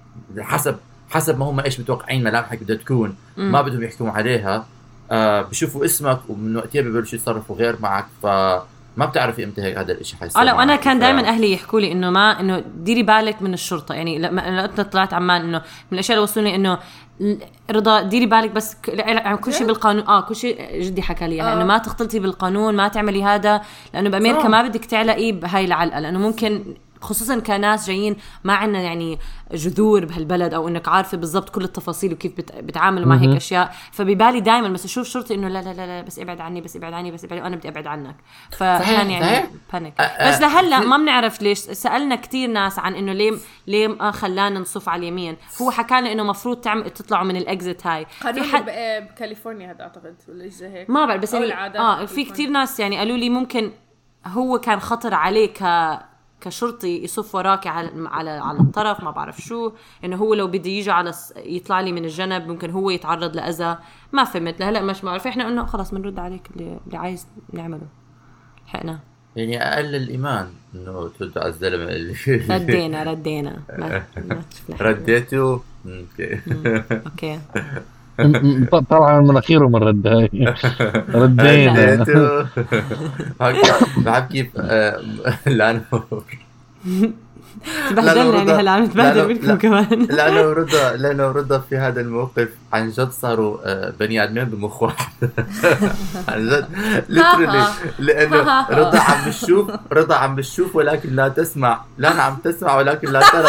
حسب ما هم ايش متوقعين ملامحك بدها تكون ما بدهم يحكموا عليها. بيشوفوا اسمك ومن وقتها بيبلشوا يتصرفوا غير معك، ما بتعرفي امتى هيك هذا الاشي حيصير. لو انا كان دائما اهلي يحكوا لي انه ديري بالك من الشرطه يعني. لما طلعت عمان انه من الاشياء اللي وصلوني انه رضا ديري بالك بس كل شيء بالقانون. كل شيء جدي حكى لي انه ما تختلطي بالقانون ما تعملي هذا، لانه بامريكا ما بدك تعلقي بهاي العلقه، لانه ممكن خصوصا كناس جايين ما عنا يعني جذور بهالبلد او انك عارفه بالضبط كل التفاصيل وكيف بتعاملوا مع هيك اشياء. فبالي دائما بس اشوف شرطي انه لا بس ابعد عني وانا بدي ابعد عنك. فكان يعني بانيك. بس لهلا ما بنعرف ليش. سالنا كتير ناس عن انه ليه خلانا نصف على اليمين. هو حكى لنا انه مفروض تطلعوا من الاكزيت هاي في بكاليفورنيا هذا اعتقد ولا زي هيك ما بعرف. بس في كتير ناس يعني قالوا لي ممكن هو كان خطر عليك كشرطي يصف وراك على الطرف ما بعرف شو، انه هو لو بدي يجي يطلع لي من الجنب ممكن هو يتعرض لاذى. ما فهمت لهلا مش بعرف. احنا انه خلاص بنرد عليك اللي عايز نعمله حقنا يعني اقل الايمان انه ترد على الزلمه اللي ردينا رديته اوكي طلع من مناخيره من رد هاي ردينا بعد كيف لا نور تبهدلنا يعني هلا عم نتبهدل منكم كمان. لأنه رضا في هذا الموقف عن جد صاروا بني آدمين بمخ واحد عن جد literally. لأنه رضا عم بتشوف ولكن لا تسمع، لانا عم تسمع ولكن لا ترى.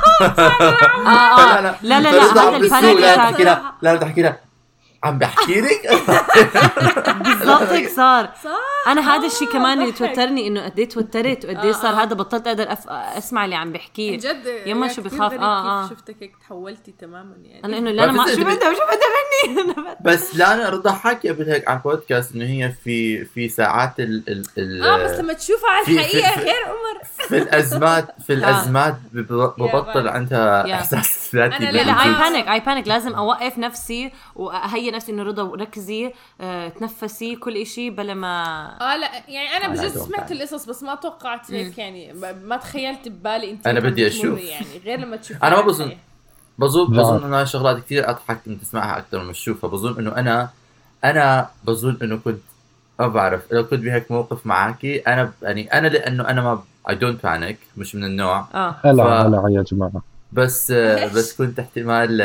لا هذا الفرق. لا تحكي لها عم بحكي لك بالضبط هيك صار. انا هذا الشيء كمان اللي توترني، انه قد ايه توترت وقد ايه صار هذا بطلت اقدر اسمع اللي عم بحكيه جد. يما شو بخاف. شفتك هيك تحولتي تماما يعني. انا انه لا ما شو بدها مني. بس لا رضا حكي قبل هيك عن بودكاست انه هي في ساعات بس لما تشوفها على الحقيقه غير عمر في الازمات ببطل عندها احساس ذاتي. لا اي بانيك لازم اوقف نفسي وهي نفسي انه رضا ركزي تنفسي كل إشي بلا ما لا يعني انا بجوز سمعت القصص بس ما توقعت هيك يعني ما تخيلت ببالي انت انا بدي اشوف يعني غير لما تشوف. انا ما بظن انه شغلات كتير اضحك من تسمعها اكثر من تشوفها. بظن انه انا بظن انه كنت ما بعرف لو كنت بهيك موقف معاكي انا يعني لانه انا ما I don't panic مش من النوع. هلا يا جماعه بس كنت احتمال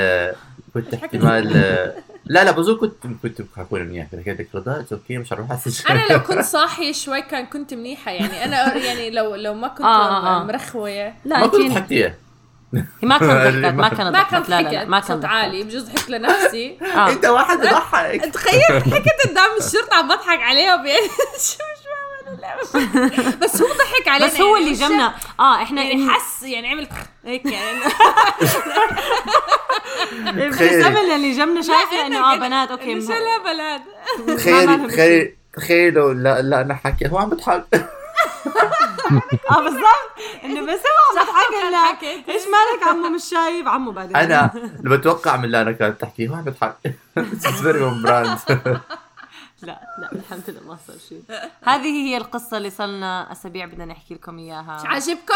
لا بظن كنت حكون منيح كده رضا اوكي مش هروح اسجل. انا لو كنت صاحيه شوي كنت منيحه يعني. انا يعني لو ما كنت مرخوه ما كنت حكيها. ما كانت ضحكت لا ما كانت عالي بجوز ضحكت لنفسي. انت واحد بضحك تخيل حكيت قدام الشرطه عم بضحك عليهم يعني بس هو ضحك علينا بس هو اللي جمنا احنا يعني حس يعني عمل هيك يعني بسبب اللي جمنا شايفه انه بنات اوكي مش لا بنات. تخيلوا لا انا حكي هو عم بضحك بالضبط انه بس هو عم بضحك. ايش مالك عمو مش شايف عمو بعدين انا اللي بتوقع من لانا كانت تحكي هو عم بضحك سبيريوم براند. لا الحمد لله ما صار شيء. هذه هي القصة اللي صلنا أسابيع بدنا نحكي لكم إياها. عجبكم؟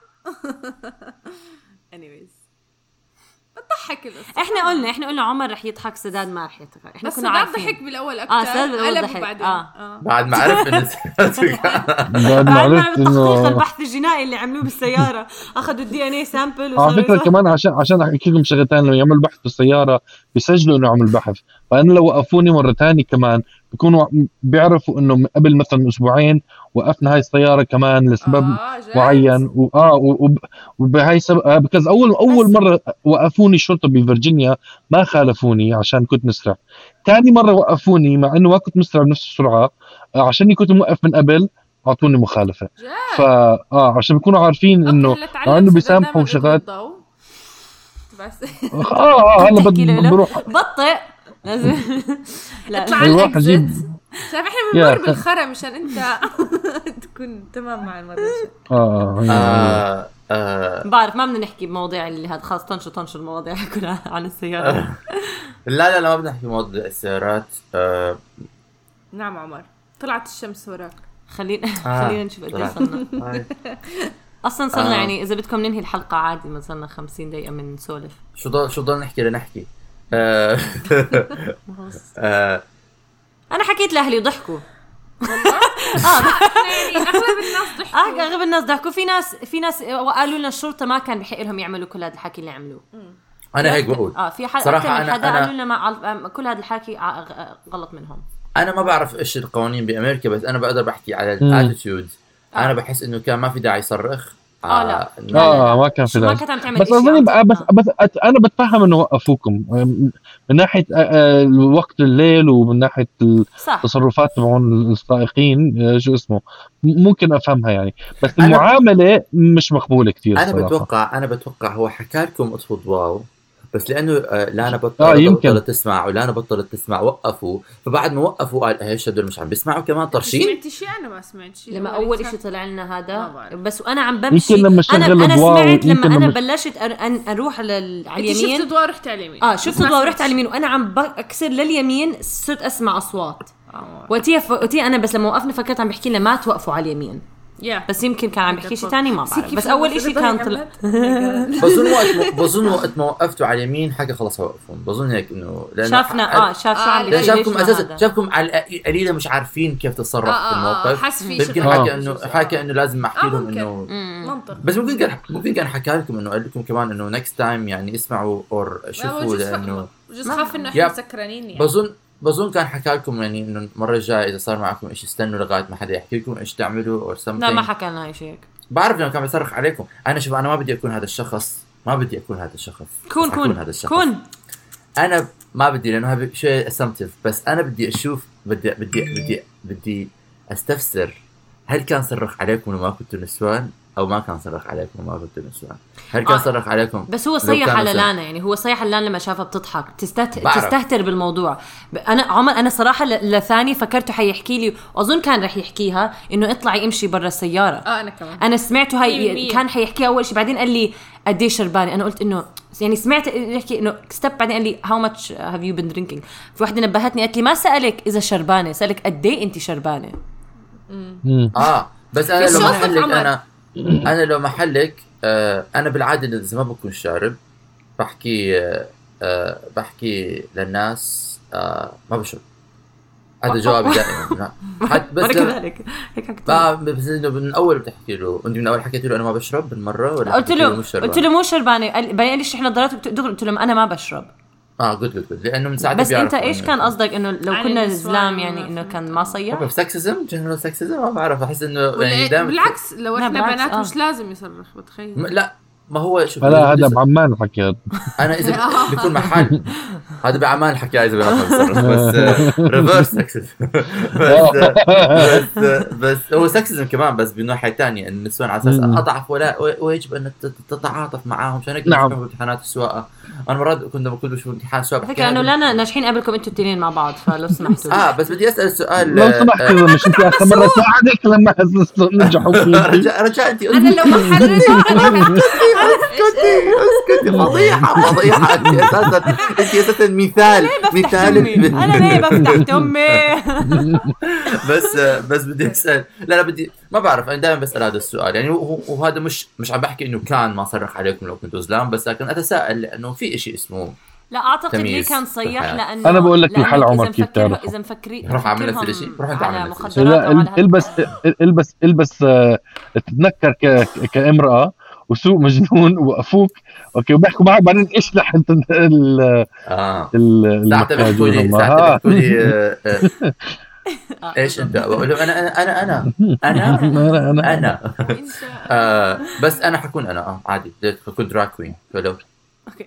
anyways بتضحك القصة. احنا قلنا عمر رح يضحك سداد ما رح يضحك. احنا بس كنا عارفين ضحك بالاول اكثر. سداد بالاول ضحك بعدين بعد ما عرف بعد ما عرفت انه البحث الجنائي اللي عملوه بالسيارة اخذوا الDNA سامبل. على فكرة كمان عشان احكي لكم شغلتين لما يعملوا بحث بالسيارة بيسجلوا انه عمل بحث. فانا لو وقفوني مرة ثانية كمان بيكونوا بيعرفوا انه قبل مثلا اسبوعين وقفنا هاي السيارة كمان لسبب معين وبهاي سبب بكز اول مرة وقفوني الشرطة بفرجينيا ما خالفوني عشان كنت مسرع. ثاني مرة وقفوني مع انه ما كنت مسرع بنفس السرعة عشان كنت موقف من قبل اعطوني مخالفة. عشان بيكونوا عارفين انه بيسامحوا شغلات. بس هلا بروح بطئ لازم اطلع الاكزيت. شايف احنا بنمر بالخرا مشان انت تكون تمام مع المرة. بعرف ما بدنا نحكي بمواضيع اللي هاد خاص طنشوا المواضيع كلها عن السيارات. لا ما بدنا نحكي مواضيع السيارات. نعم عمر طلعت الشمس وراك. خلينا نشوف قد ايه صرنا. اصلا صرنا يعني اذا بدكم ننهي الحلقه عادي ما صرنا 50 دقيقه من نسولف. شو ضل نحكي لنحكي. انا حكيت لاهلي وضحكوا يعني اغلب الناس ضحكوا. في ناس قالوا لنا الشرطه ما كان بحق لهم يعملوا كل هذا الحكي اللي عملوه. انا هيك بقول في صراحه حدا قالوا لنا كل هذا الحكي غلط منهم. انا ما بعرف ايش القوانين بامريكا بس انا بقدر بحكي على الاتيتيود. انا بحس انه كان ما في داعي يصرخ. لا ما كان في ما كانت عم تعمل بس انا بتفهم انه وقفوكم من ناحيه وقت الليل ومن ناحيه التصرفات تبعون السائقين شو اسمه ممكن افهمها يعني. بس المعامله مش مقبوله كثير. انا بتوقع هو حكى لكم اطفوا ضواو بس لانه لانا بطلت تسمع ولانا بطلت تسمع وقفوا. فبعد ما وقفوا قال ايش هدول مش عم بيسمعوا كمان طرشين. سمعت شيء انا ما سمعت شيء لما اول شيء طلع لنا هذا بس وانا عم بمشي انا سمعت لما انا بلشت اروح على اليمين. شفت ضوء رحت على اليمين. شفت ضوء رحت على اليمين وانا عم بكسر لليمين صرت اسمع اصوات. وقتي انا بس لما وقفنا فكرت عم بحكي لنا ما توقفوا على اليمين بس يمكن كان عم بيحكي شيء ثاني ما بعرف. بس اول شيء كان طلع بظن وقت ما وقفتوا على اليمين حاجه خلص وقفهم. بظن هيك انه شافنا شاف شو عم بيحكي. شافكم اساسا شافكم على القليله مش عارفين كيف تتصرف في الموقف. يمكن حكى انه لازم احكي لهم انه منطق. بس ممكن كان حكى لكم انه قال لكم كمان انه نكست تايم يعني اسمعوا او شوفوا لانه خاف انه احنا سكرانين يعني. بظن كان حكى لكم يعني انه المره الجايه اذا صار معكم شيء استنوا لغايه ما حدا يحكي لكم ايش تعملوا او something. لا ما حكى لنا اي شيء. بعرف انه كان بيصرخ عليكم. انا شوف انا ما بدي اكون هذا الشخص. كون انا ما بدي لانه هذا شيء اسمتيف. بس انا بدي اشوف بدي استفسر هل كان صرخ عليكم لما كنتوا نسوان او ما كان صرخ عليكم لما كنتوا نسوان. هل كان صرخ عليكم بس هو صيح على لانا يعني هو صيح على لانا لما شافها بتضحك تستهتر بالموضوع. انا عمر انا صراحه لثاني فكرته حيحكي لي واظن كان رح يحكيها انه اطلعي امشي برا السياره. انا كمان انا سمعته هاي كان حيحكيها اول شيء بعدين قال لي قد ايه شربانه. انا قلت انه يعني سمعت يحكي انه ستيب بعدين قال لي how much have you been drinking. في وحده نبهتني قالت لي ما سالك اذا شربانه سالك قد ايه انت شربانه. بس انا لو محلك انا لو محلك انا بالعاده اذا ما بكون شارب بحكي للناس ما بشرب. هذا جوابي دائما. بس كذلك هيك بس انه من اول بتحكي له انت من اول حكيت له انا ما بشرب بالمره ولا قلت له مو شربانه. بعدين ليش احنا ضررت قلت له انا ما بشرب. قلت لانه من ساعتها بس انت ايش كان قصدك انه لو كنا زلام يعني انه كان ما صيح سكسزم جنرال سكسزم ما بعرف. احس انه يعني دائما بالعكس لو احنا بنات مش لازم يصرخ بتخيل. لا ما هو شوف لا هذا بعمان حكيت انا اذا بيكون محل هذا بعمان حكي اذا بنصرخ بس ريفرس سكسزم بس هو سكسزم كمان بس بناحيه ثانيه ان النسوان على اساس اضعف ويجب ان تتعاطف معاهم عشان هيك امتحانات السواقه. انا مرات كنت بقول شو امتحان سواقه فكره انه لا ناجحين قبلكم انتوا الاثنين مع بعض فلو سمحتوا بس بدي اسال سؤال لو سمحت مش انت اخر مره ساعدك لما نجحوا رجاء انت انا لو محررت اسكتي فضيحه انت اساسا مثال انا ليه بفتح امي بس بدي اسال لا بدي ما بعرف. انا دائما بسال هذا السؤال يعني وهذا مش عم بحكي انه كان ما صرخ عليكم لو كنتوا زلام بس لكن اتساءل لانه في شيء اسمه لا اعتقد ليه كان صيح لانه انا بقول لك الحل عمر كيف تعرف اذا مفكرين روح اعمل نفس الشيء روح انت اعمل نفس الشيء. لا البس تتنكر كامراه وسوق مجنون ووقفوك اوكي وبيحكوا معك بعدين اشلح انت ساعتها بيحكوا لي ايش انت بقول لهم انا بس انا حكون انا عادي حكون دراج كوين فلو اوكي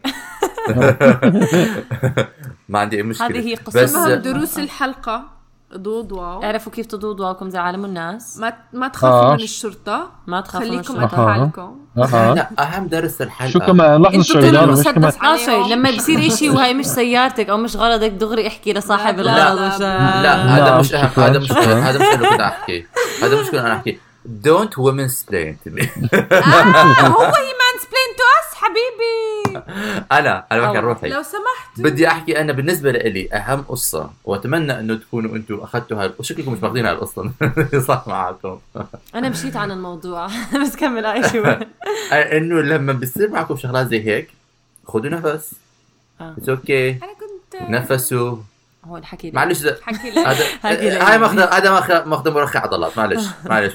ما عندي اي مشكله. هذه هي قصة دروس الحلقه. ضوضوا اعرفوا كيف تضوضوا لكم زي عالم الناس. ما تخافوا من الشرطه. ما تخافوا خليكم على حالكم. لا اهم درس الحلقه شو كمان لحظه شوي لما بيصير إشي وهي مش سيارتك او مش غلطك دغري احكي لصاحب الغلط. لا هذا مش اهم هذا مش اللي كنت احكي. هذا مش كنت انا احكي don't women explain to me. هو mansplain to us حبيبي. انا بحكي روحي لو سمحت بدي احكي انا بالنسبه لي اهم قصه واتمنى انه تكونوا انتم اخذتوا هاي وشكلكم مش واخدين هاي القصه صح معكم. انا مشيت عن الموضوع بس كمل اي شيء. انه لما بيصير معكم شغلات زي هيك خذوا نفس اتس اوكي. انا كنت نفسوا هو الحكي معلش هاي ماخذ مرخي عضلات معلش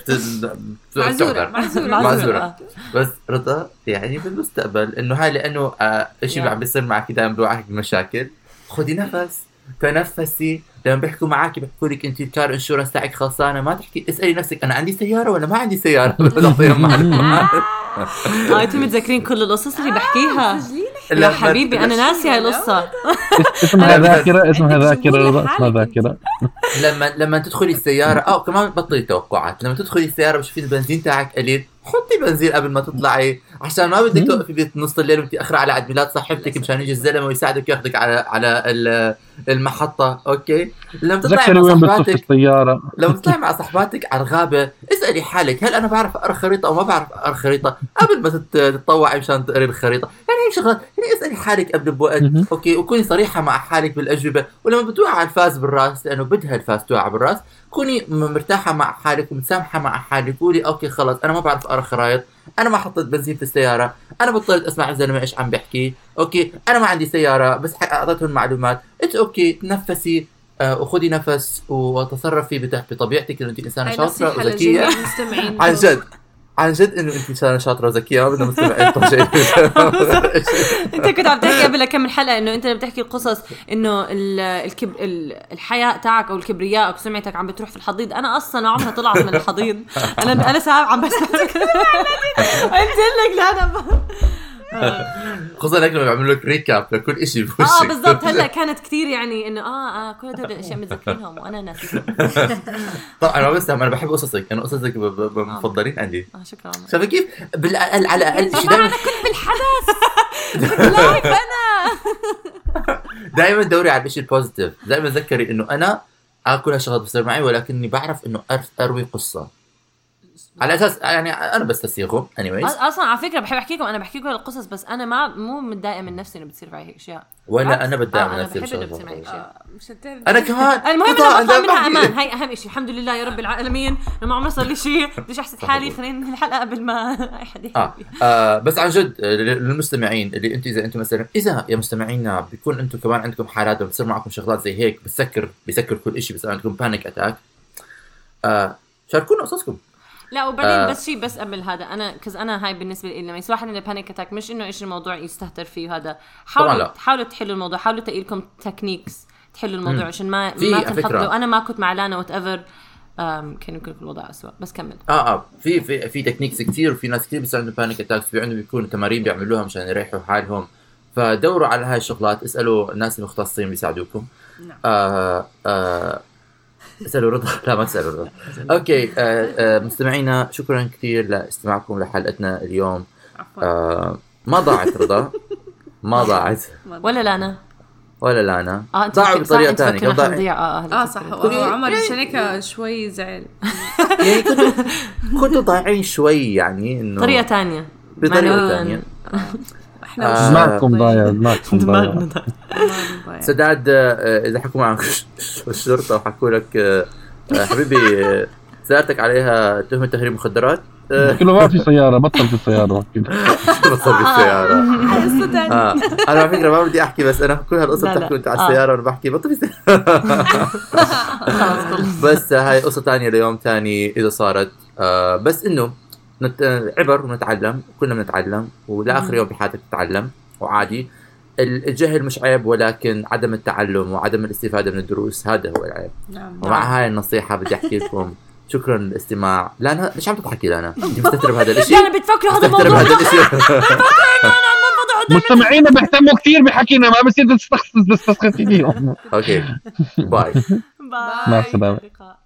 معذورة بس رضا يعني بالمستقبل انه هاي لانه اشي عم بيصير معك دائما بوعك بمشاكل خذي نفس تنفسي. لما بيحكوا معك بيحكوا لك انت الكار انشورنس تاعك خلصانه ما تحكي اسالي نفسك انا عندي سياره ولا ما عندي سياره. انتم متذكرين كل القصص اللي بحكيها يا حبيبي انا ناسي هاي القصه. اسمها ذاكره لما تدخلي السياره كمان بطلي توقعات. لما تدخلي السياره بتشوفي البنزين تاعك قليل حطي بنزين قبل ما تطلعي عشان ما بدك توقفي بنص الليل وانت اخر على عيد ميلاد صاحبتك مشان يجي الزلمه ويساعدك ياخذك على المحطه. اوكي لما تطلعي مع صاحباتك لما تطلعي مع صاحباتك على الغابه اسالي حالك هل انا بعرف اقرا خريطه او ما بعرف اقرا خريطه قبل ما تتطوعي مشان تقري الخريطه. يعني هي شغلات يعني اسالي حالك قبل بوقت اوكي وكوني صريحه مع حالك بالاجوبه، ولما بتوقع الفاس بالراس لانه بدها الفاس توقع بالراس كوني مرتاحه مع حالك ومتسامحه مع حالك، قولي اوكي خلص انا ما بعرف اقرا خرايط، انا ما حطيت بنزين في السياره، انا بطلت اسمع الزلمه ايش عم بحكي، اوكي انا ما عندي سياره بس اعطيتهم معلومات، اتس اوكي تنفسي وخذي نفس وتصرفي بطبيعتك انه انت انسانه شاطره وذكيه. عن جد انه انت انسانه شاطره وذكيه، ما بدنا مستمعين طبيعي. انت كنت عم تحكي قبل كم من حلقه انه انت بتحكي القصص انه الحياء تاعك او الكبرياء او سمعتك عم بتروح في الحضيض. انا اصلا عمرها طلعت من الحضيض، انا ساعه عم بسمعك قلت لك لا انا خصوصا لك لما بيعملوا لك ريكاب لكل شيء بوشك. بالضبط. هلا كانت كثير يعني انه كل هدول الاشياء متذكرينهم وانا ناسيهم. طبعا انا بحب قصصك، انا قصصك مفضلين عندي. شكرا. شايفه كيف على الاقل شيء دائما انا كنت بالحدث لايف. انا دائما دوري على الشيء البوزيتيف، دائما ذكري انه انا كل هالشغلات بتصير معي ولكني بعرف انه اروي قصه على اساس يعني انا بستسيغهم اصلا. على فكره بحب احكي لكم، انا بحكي لكم القصص بس انا مو متضايقه من نفسي انه بتصير معي هيك اشياء، ولا انا بتضايق من نفسي. بحب انه بتصير معي اشياء انا كمان. المهم انه بطلع منها امان، هي اهم شيء. الحمد لله يا رب العالمين لما عمري صار لي شيء بديش احسد حالي. خلينا ننهي الحلقه قبل ما اي حد يحكي. بس عن جد للمستمعين اللي اذا انتم مثلا اذا يا مستمعينا بيكون انتم كمان عندكم حالات بتصير معكم شغلات زي هيك بيسكر كل شيء، بس عندكم بانيك اتاك، شاركونا قصصكم. لا وبعدين بس شيء بس قبل هذا انا هاي بالنسبه لي لما يصير واحد عنده بانيك اتاك مش انه ايش الموضوع يستهتر فيه، هذا حاولوا تحلوا الموضوع، حاولوا تقيلكم تكنيكس تحلوا الموضوع عشان ما تنخطوا. انا ما كنت مع لانا وات ايفر كان يمكن الوضع اسوء. بس كمل. في تكنيكس كثير، وفي ناس كثير بيصير عندهم بانيك اتاكس في عندهم بيكونوا تمارين بيعملوها مشان يريحوا حالهم، فدوروا على هاي الشغلات، اسالوا الناس المختصين بيساعدوكم. اسألوا رضا. لا ما تسألوا رضا. اوكي. مستمعينا شكرا كثير لاستماعكم لحلقتنا اليوم. ما ضاعت رضا، ما ضاعت ولا لانا ضاعوا بطريقة ثانية. صح. وعمر عشان هيك شوي زعل. يعني كنتوا ضايعين شوي، يعني انه بطريقة ثانية. احنا معكم ضايع. سداد اذا حكوا معك الشرطه وحكوا لك حبيبي سيارتك عليها تهمه تهريب مخدرات، كله ما في سياره، بطل في السياره. بطل في السياره. انا على فكره ما بدي احكي، بس انا كل هالقصه بتحكي انت على السياره وانا بحكي بطل في السياره. بس هاي قصه ثانيه ليوم ثاني اذا صارت. بس انه عبر ونتعلم، كلنا بنتعلم، ولاخر يوم بحياتك تتعلم، وعادي. الجهل مش عيب، ولكن عدم التعلم وعدم الاستفادة من الدروس هذا هو العيب. ومع هاي النصيحة بدي أحكي لكم شكرا للاستماع. لا أنا ليش عم تضحكي؟ لا أنا أنت مستتر بهذا الشيء. لا أنا بتفكر هذا الموضوع. مستمعينا بيهتموا كثير بحكينا، ما بصير تستخدم فيهم. أوكي باي. مع السلامة.